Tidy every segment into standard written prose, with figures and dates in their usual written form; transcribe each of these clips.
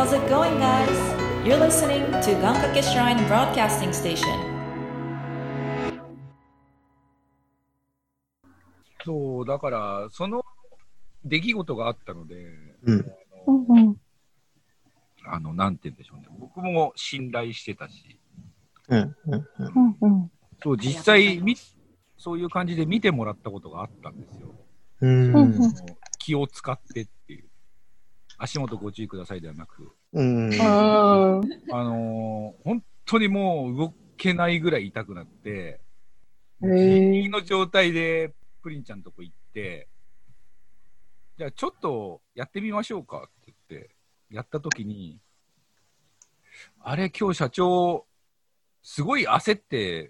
How's it going, guys? You're listening to Gankake Shrine Broadcasting Station. そう、だから、その出来事があったので、なんて言うんでしょうね。僕も信頼してたし、そう、実際そういう感じで見てもらったことがあったんですよ。気を使ってっていう。足元ご注意くださいではなく。本当にもう動けないぐらい痛くなって、ギリギリの状態でプリンちゃんのとこ行って、じゃあちょっとやってみましょうかって言って、やったときに、あれ今日社長、すごい焦って、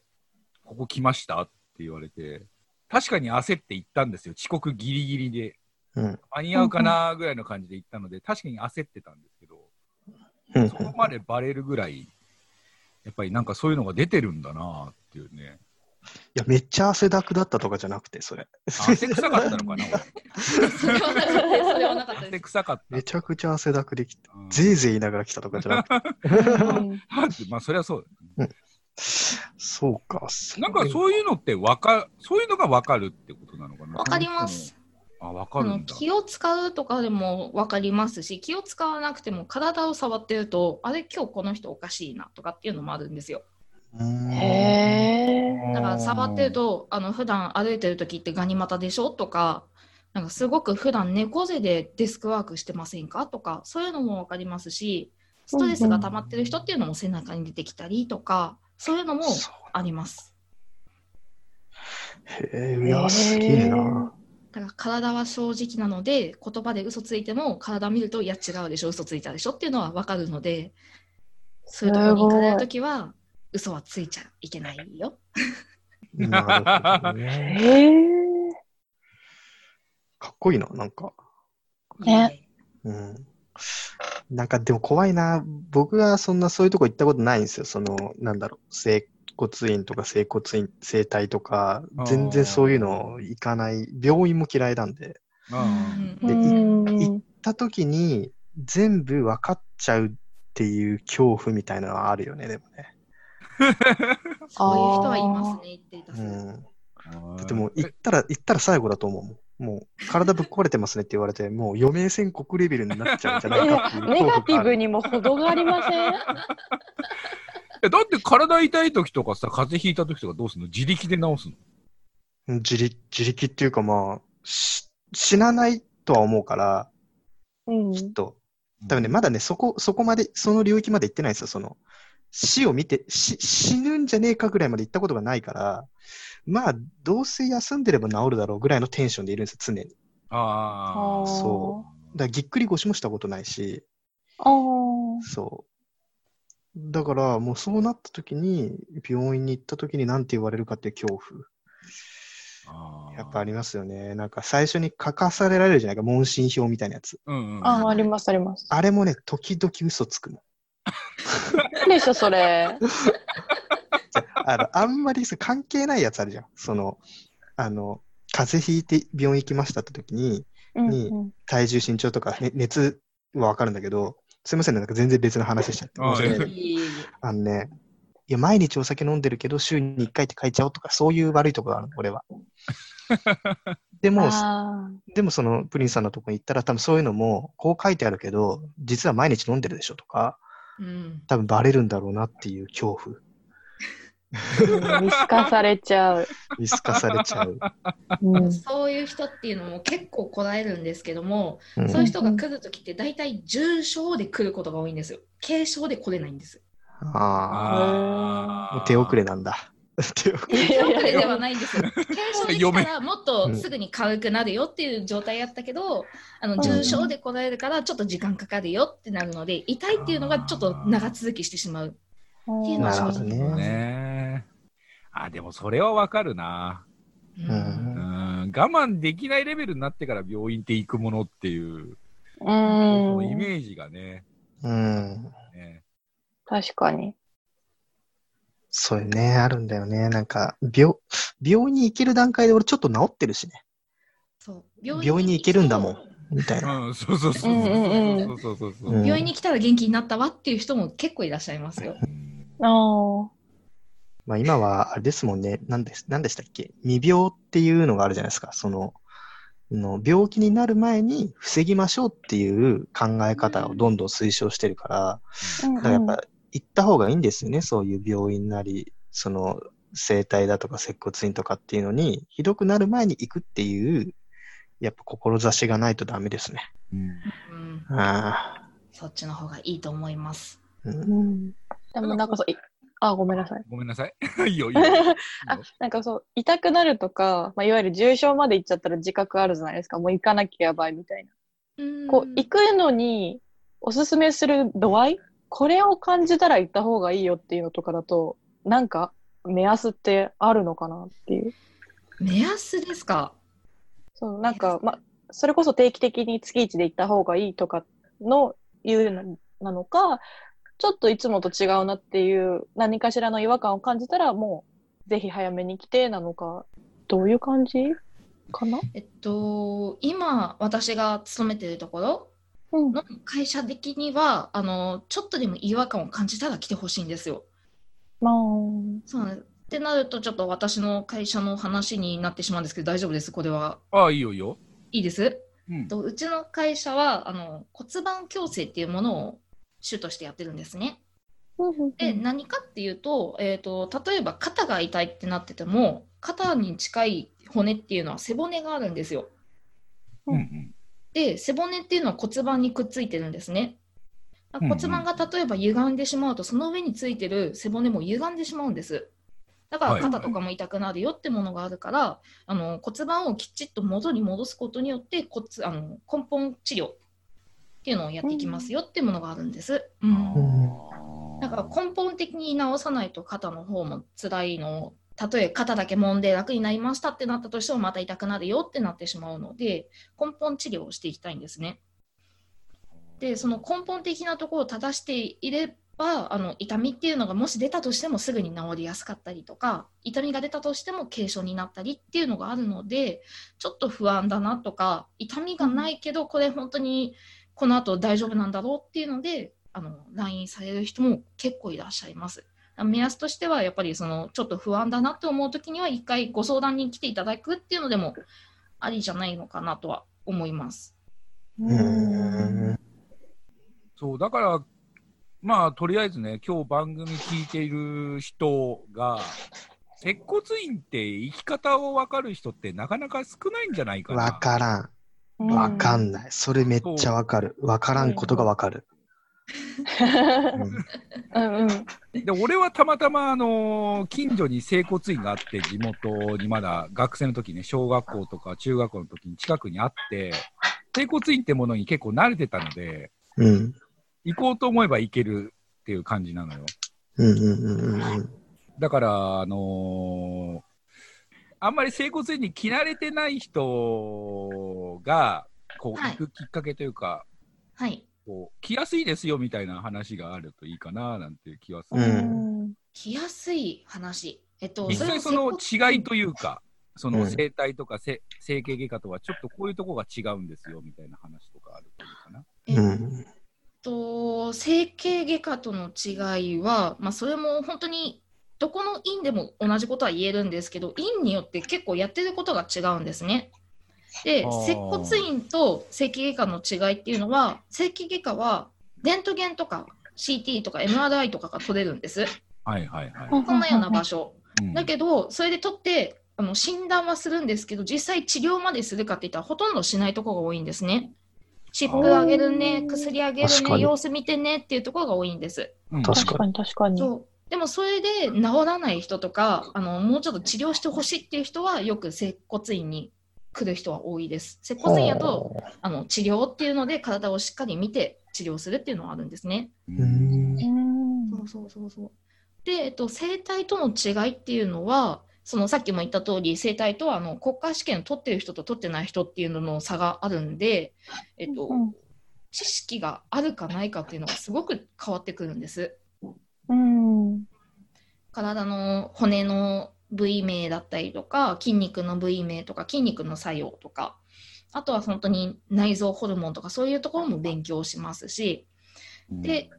ここ来ましたって言われて、確かに焦って行ったんですよ。遅刻ギリギリで。間に合うかなぐらいの感じで行ったので、確かに焦ってたんですけど、そこまでバレるぐらい、やっぱりなんかそういうのが出てるんだなっていうね。 いや、めっちゃ汗だくだったとかじゃなくて、それ。 汗臭かったのかな、 それはなかったです。 汗臭かった。 めちゃくちゃ汗だくできた。ぜいぜい言いながら来たとかじゃなくて。 まあ、それはそうだ、ね。 そうか。 なんかそういうのってそういうのが分かるってことなのかな。 分かります。 分かるんだ。 気を使うとかでも分かりますし、気を使わなくても体を触ってると、あれ今日この人おかしいなとかっていうのもあるんですよ。だから触ってると、普段歩いてる時ってガニ股でしょとか、なんかすごく普段猫背でデスクワークしてませんかとか、そういうのも分かりますし、ストレスが溜まってる人っていうのも背中に出てきたりとか、そういうのもあります。 いや、すげえな。 だから体は正直なので、言葉で嘘ついても体見ると、いや違うでしょ、嘘ついたでしょっていうのは分かるので、そういうところに行かれるときは嘘はついちゃいけないよ。 なるほどね。かっこいいな、なんか。 ね。 なんかでも怖いな。僕がそういうとこ行ったことないんですよ。整骨院とか整体とか、全然そういうの行かない。病院も嫌いなんで。で、行った時に全部分かっちゃうっていう恐怖みたいなのはあるよね、でもね。 そういう人はいますね、言っていた。 だってもう行ったら最後だと思うもん。もう体ぶっ壊れてますねって言われて、もう余命宣告レベルになっちゃうんじゃないかっていう。 ネガティブにも程がありません？ だって体痛い時とかさ、風邪ひいた時とかどうするの？自力で治すの？ 自力っていうかまあ、死なないとは思うから、きっと。多分ね、まだね、そこまで、その領域まで行ってないんですよ。死を見て、死ぬんじゃねえかぐらいまで行ったことがないから、まあ、どうせ休んでれば治るだろうぐらいのテンションでいるんですよ、常に。そう。だからぎっくり腰もしたことないし、そう。だから、もうそうなった時に、病院に行った時に何て言われるかっていう恐怖。やっぱありますよね。なんか最初に書かされられるじゃないか、問診票みたいなやつ。 あります、あります。 あれもね、時々嘘つくの。 何でしょ、それ。 あんまり関係ないやつあるじゃん。風邪ひいて病院行きましたって時に、体重身長とか、熱はわかるんだけど、すいませんね、なんか全然別の話しちゃって。いや、毎日お酒飲んでるけど、週に1回って書いちゃおうとか、そういう悪いところがあるの、俺は。でもそのプリンさんのとこに行ったら、多分そういうのも、こう書いてあるけど、実は毎日飲んでるでしょとか、多分バレるんだろうなっていう恐怖。 見透かされちゃう。 そういう人っていうのも結構こらえるんですけども、そういう人が来るときって大体重症で来ることが多いんですよ。軽症で来れないんです。 手遅れなんだ。 手遅れではないんですよ。軽症で来たらもっとすぐに軽くなるよっていう状態やったけど、重症で来られるからちょっと時間かかるよってなるので、痛いっていうのがちょっと長続きしてしまうっていうのは正直ね。でもそれはわかるな。我慢できないレベルになってから病院って行くものっていう、そのイメージがね。 確かに。 そうね、あるんだよね。なんか、病院に行ける段階で俺ちょっと治ってるしね。 そう。 病院に行けるんだもん。 みたいな。 そうそうそうそうそう。 病院に来たら元気になったわっていう人も結構いらっしゃいますよ。 まあ今はあれですもんね。何でしたっけ？未病っていうのがあるじゃないですか。病気になる前に防ぎましょうっていう考え方をどんどん推奨してるから、だからやっぱ行った方がいいんですよね。そういう病院なり、整体だとか接骨院とかっていうのに、ひどくなる前に行くっていう、やっぱ志がないとダメですね。 そっちの方がいいと思います。 でもなんかごめんなさい。 ごめんなさい。いいよ。 なんか痛くなるとか、いわゆる重症まで行っちゃったら自覚あるじゃないですか。もう行かなきゃやばいみたいな。行くのにおすすめする度合い、これを感じたら行った方がいいよっていうのとかだと、なんか目安ってあるのかなっていう。 目安ですか？ なんか、それこそ定期的に月1で行った方がいいとかいうなのか、ちょっといつもと違うなっていう何かしらの違和感を感じたらもうぜひ早めに来てなのか、どういう感じかな？ 今私が勤めているところの会社的には、ちょっとでも違和感を感じたら来てほしいんですよ。そうなんです。ってなるとちょっと私の会社の話になってしまうんですけど、大丈夫です？これは。 いいよいいよ。 いいです。うちの会社は骨盤矯正っていうものを主としてやってるんですね。で、何かっていうと、例えば肩が痛いってなってても、肩に近い骨っていうのは背骨があるんですよ。で、背骨っていうのは骨盤にくっついてるんですね。骨盤が例えば歪んでしまうと、その上についてる背骨も歪んでしまうんです。だから肩とかも痛くなるよってものがあるから、骨盤をきちっと元に戻すことによって根本治療っていうのをやっていきますよっていうものがあるんです。だから根本的に治さないと肩の方も辛いの。例えば肩だけ揉んで楽になりましたってなったとしてもまた痛くなるよってなってしまうので、根本治療をしていきたいんですね。で、その根本的なところを正していれば、痛みっていうのがもし出たとしてもすぐに治りやすかったりとか、痛みが出たとしても軽症になったりっていうのがあるので、ちょっと不安だなとか、痛みがないけどこれ本当にこの後大丈夫なんだろうっていうので来院される人も結構いらっしゃいます。目安としてはやっぱりちょっと不安だなって思うときには一回ご相談に来ていただくっていうのでもありじゃないのかなとは思います。 そうだからまあとりあえずね、今日番組聞いている人が接骨院って生き方を分かる人ってなかなか少ないんじゃないかな。 分からん。分かんない。それめっちゃ分かる。分からんことが分かる。 で俺はたまたま近所に整骨院があって、地元にまだ学生の時ね、小学校とか中学校の時に近くにあって、整骨院ってものに結構慣れてたので、行こうと思えば行けるっていう感じなのよ。だからあんまり整骨院に来慣れてない人がこう行くきっかけというか、こう来やすいですよみたいな話があるといいかななんていう気はする。 来やすい話。 実際その違いというか、その整体とか整形外科とはちょっとこういうところが違うんですよみたいな話とかあるといいかな。 整形外科との違いは、それも本当にどこの院でも同じことは言えるんですけど、院によって結構やってることが違うんですね。で、接骨院と整形外科の違いっていうのは、整形外科はレントゲンとか CT とか MRI とかが取れるんです。こんなような場所。だけど、それで取って診断はするんですけど、実際治療までするかっていったらほとんどしないところが多いんですね。湿布あげるね、薬あげるね、様子見てねっていうところが多いんです。 確かに。 そうでもそれで治らない人とか、もうちょっと治療してほしいっていう人はよく接骨院に来る人は多いです。接骨院やと治療っていうので体をしっかり見て治療するっていうのはあるんですね。そうで、整体との違いっていうのは、さっきも言った通り、整体とは国家試験を取ってる人と取ってない人っていうのの差があるんで、知識があるかないかっていうのがすごく変わってくるんです。体の骨の部位名だったりとか、筋肉の部位名とか、筋肉の作用とか、 あとは本当に内臓ホルモンとかそういうところも勉強しますし、で、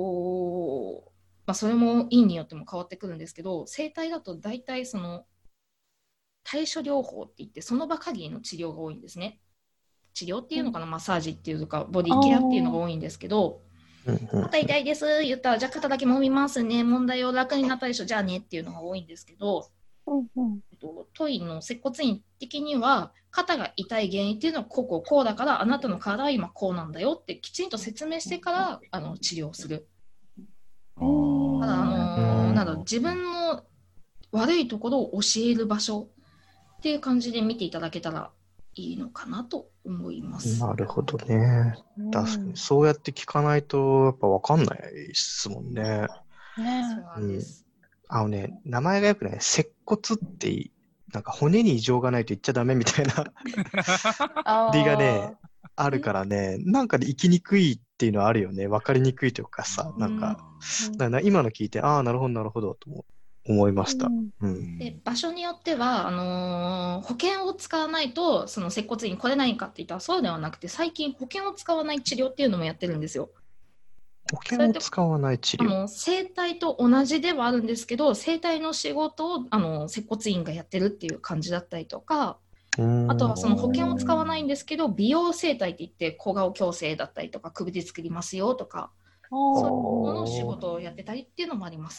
それも院によっても変わってくるんですけど、整体だと大体その対処療法って言ってその場限りの治療が多いんですね。治療っていうのかな、マッサージっていうかボディケアっていうのが多いんですけど、肩痛いです言ったらじゃあ肩だけ揉みますね、問題を楽になったでしょ、じゃあねっていうのが多いんですけど、当院の接骨院的には肩が痛い原因っていうのはこうだからあなたの体は今こうなんだよってきちんと説明してから治療する。ただ自分の悪いところを教える場所っていう感じで見ていただけたらいいのかなと思います。 なるほどね。確かにそうやって聞かないとやっぱ分かんないですもんね。 そうなんです。 名前がよくね、接骨ってなんか骨に異常がないと言っちゃダメみたいな理がねあるからね、なんか生きにくいっていうのはあるよね。分かりにくいというかさ、なんか、今の聞いてなるほどと思いました。 で場所によっては保険を使わないとその接骨院に来れないかって言ったらそうではなくて、最近保険を使わない治療っていうのもやってるんですよ。 保険を使わない治療。 整体と同じではあるんですけど、整体の仕事を接骨院がやってるっていう感じだったりとか、あとはその保険を使わないんですけど、美容整体って言って小顔矯正だったりとか首で作りますよとか、そういうものの仕事をやってたりっていうのもあります。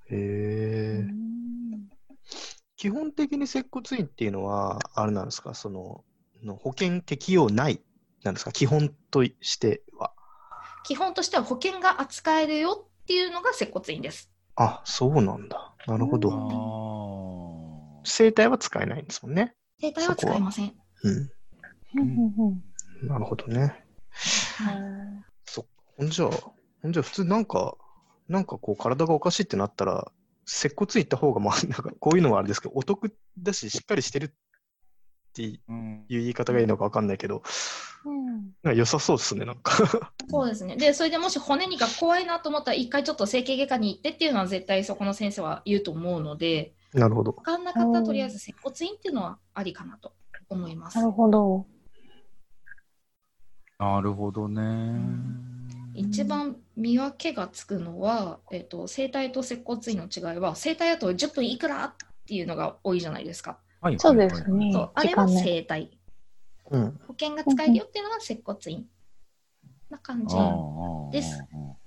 基本的に接骨院っていうのはあれなんですか、その保険適用ないなんですか、基本としては。 基本としては保険が扱えるよっていうのが接骨院です。 あ、そうなんだ。なるほど。整体は使えないんですもんね。 整体は使えません。 なるほどね。ほんじゃ普通なんかこう体がおかしいってなったら接骨院行った方がなんかこういうのはあれですけどお得だししっかりしてるっていう言い方がいいのか分かんないけど、なんか良さそうですね、なんかそうですね。でそれでもし骨が怖いなと思ったら一回ちょっと整形外科に行ってっていうのは絶対そこの先生は言うと思うので、 なるほど。 分かんなかったらとりあえず接骨院っていうのはありかなと思います。 なるほど。 なるほどね。 一番見分けがつくのは、整体と接骨院の違いは、整体だと10分いくらっていうのが多いじゃないですか。 そうですね。 あれは整体。保険が使えるよっていうのが接骨院な感じです。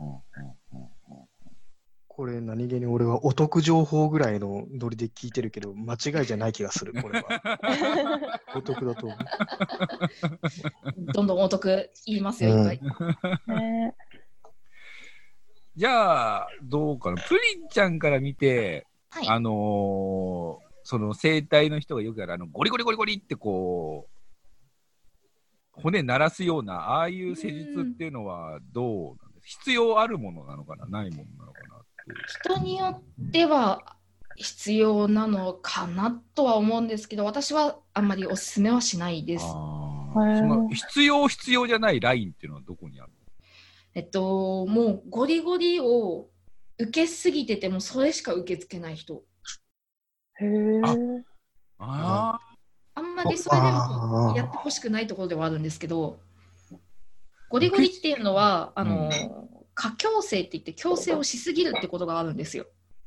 これ何気に俺はお得情報ぐらいのノリで聞いてるけど間違いじゃない気がする、これは。お得だと思う。 どんどんお得言いますよ、いっぱい。 じゃあどうかな、プリンちゃんから見て、 はい、 その整体の人がよくやるゴリゴリゴリゴリってこう骨鳴らすようなああいう施術っていうのはどうなんですか？必要あるものなのかな、ないものなのかなっていう。 人によっては必要なのかなとは思うんですけど、私はあんまりおすすめはしないです。その必要じゃないラインっていうのはどこにある？ もうゴリゴリを受けすぎててもそれしか受け付けない人。あんまりそれでもやってほしくないところではあるんですけど、ゴリゴリっていうのは過矯正って言って矯正をしすぎるってことがあるんですよ。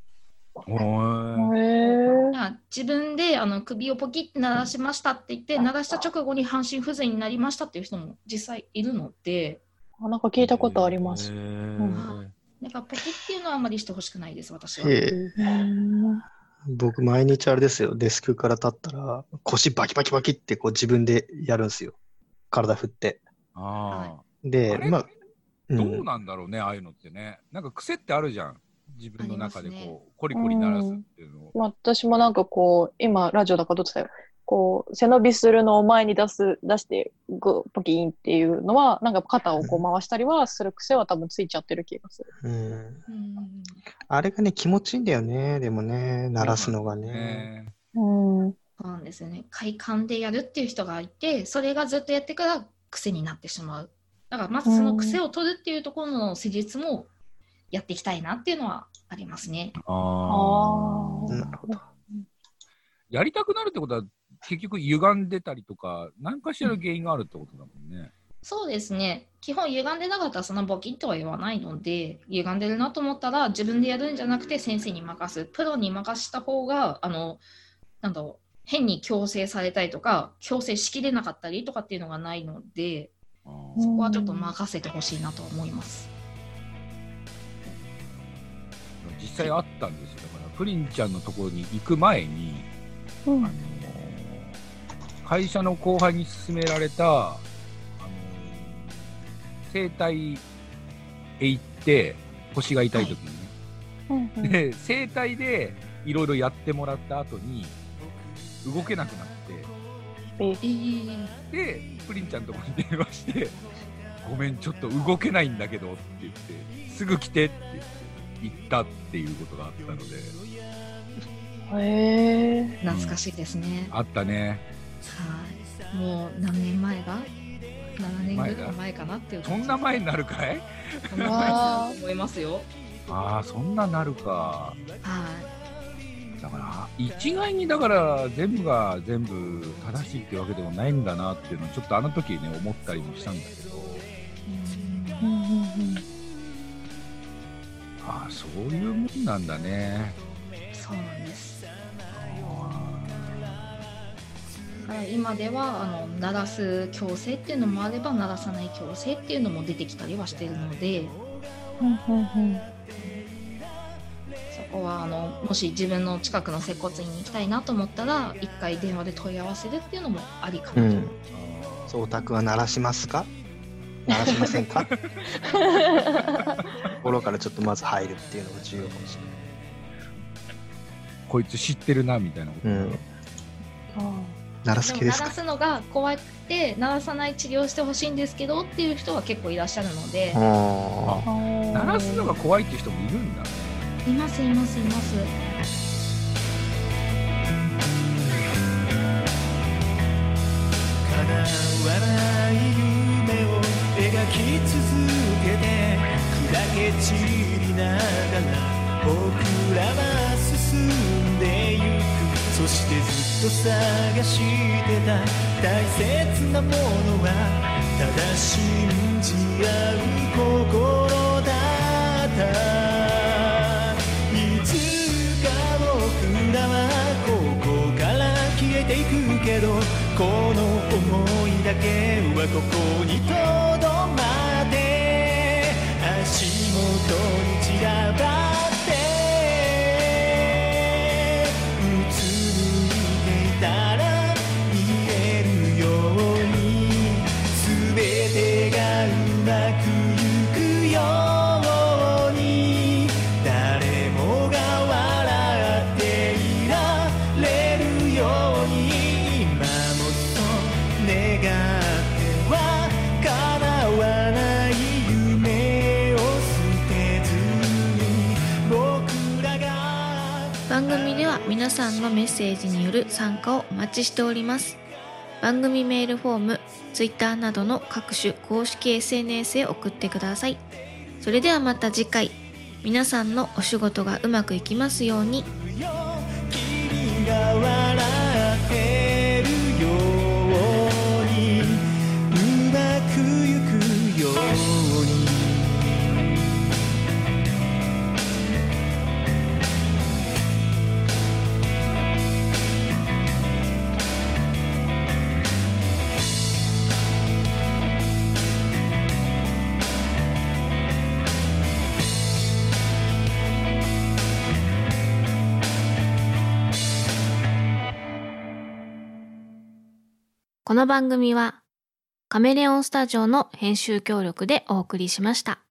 自分で首をポキッて鳴らしましたって言って鳴らした直後に半身不全になりましたっていう人も実際いるので、 なんか聞いたことあります。 なんかポキっていうのはあんまりしてほしくないです、私は。 僕毎日あれですよ、デスクから立ったら腰バキバキバキってこう自分でやるんですよ、体振って。でどうなんだろうね、ああいうのってね。なんか癖ってあるじゃん、自分の中でこうコリコリ鳴らすっていうのを。 私もなんかこう今ラジオだからどっちだよ、こう背伸びするのを前に出してポキーンっていうのはなんか肩をこう回したりはする癖は多分ついちゃってる気がする。 あれがね気持ちいいんだよね、でもね鳴らすのがね。 そうなんですよね。快感でやるっていう人がいて、それがずっとやってから癖になってしまう。だからまずその癖を取るっていうところの施術もやっていきたいなっていうのはありますね。 なるほど。 やりたくなるってことは結局歪んでたりとか、何かしらの原因があるってことだもんね。 そうですね。基本歪んでなかったらそんなボキッとは言わないので、歪んでるなと思ったら自分でやるんじゃなくて先生に任す。プロに任した方が、なんだろう、変に強制されたりとか、強制しきれなかったりとかっていうのがないので、そこはちょっと任せてほしいなと思います。 実際あったんですよ。だからプリンちゃんのところに行く前に、会社の後輩に勧められた整体へ行って腰が痛い時にね、で整体でいろいろやってもらった後に動けなくなって、でプリンちゃんのところに電話して「ごめんちょっと動けないんだけど」って言って「すぐ来て」って言って行ったっていうことがあったので。 懐かしいですね。 あったね。 はい。もう何年前が7年ぐらい前かなっていう。 そんな前になるかい？ そんな前だと思いますよ。 ああ、そんななるか。 はい。 だから一概にだから全部が全部正しいってわけでもないんだなっていうのをちょっとあの時ね思ったりもしたんだけど。ああ、そういうもんなんだね。 そうなんです。今では鳴らす矯正っていうのもあれば鳴らさない矯正っていうのも出てきたりはしているので、そこはもし自分の近くの接骨院に行きたいなと思ったら一回電話で問い合わせるっていうのもありかなと。 そう、お宅は鳴らしますか？鳴らしませんか？ところからちょっとまず入るっていうのが重要かもしれない。 こいつ知ってるなみたいなこと。 鳴らす気ですか？ 鳴らすのが怖くて鳴らさない治療してほしいんですけどっていう人は結構いらっしゃるので。 鳴らすのが怖いっていう人もいるんだね。 いますいますいます。 叶わない夢を描き続けて砕け散りながら僕らは進んでゆく。そしてずっと探してた大切なものはただ信じ合う心だった。いつか僕らはここから消えていくけどこの想いだけはここにとどまって足元に散らばって番組では皆さんのメッセージによる参加をお待ちしております。番組メールフォーム、Twitter などの各種公式 SNS へ送ってください。それではまた次回、皆さんのお仕事がうまくいきますように。 君が笑ってるようにうまくいくように。 この番組はカメレオンスタジオの編集協力でお送りしました。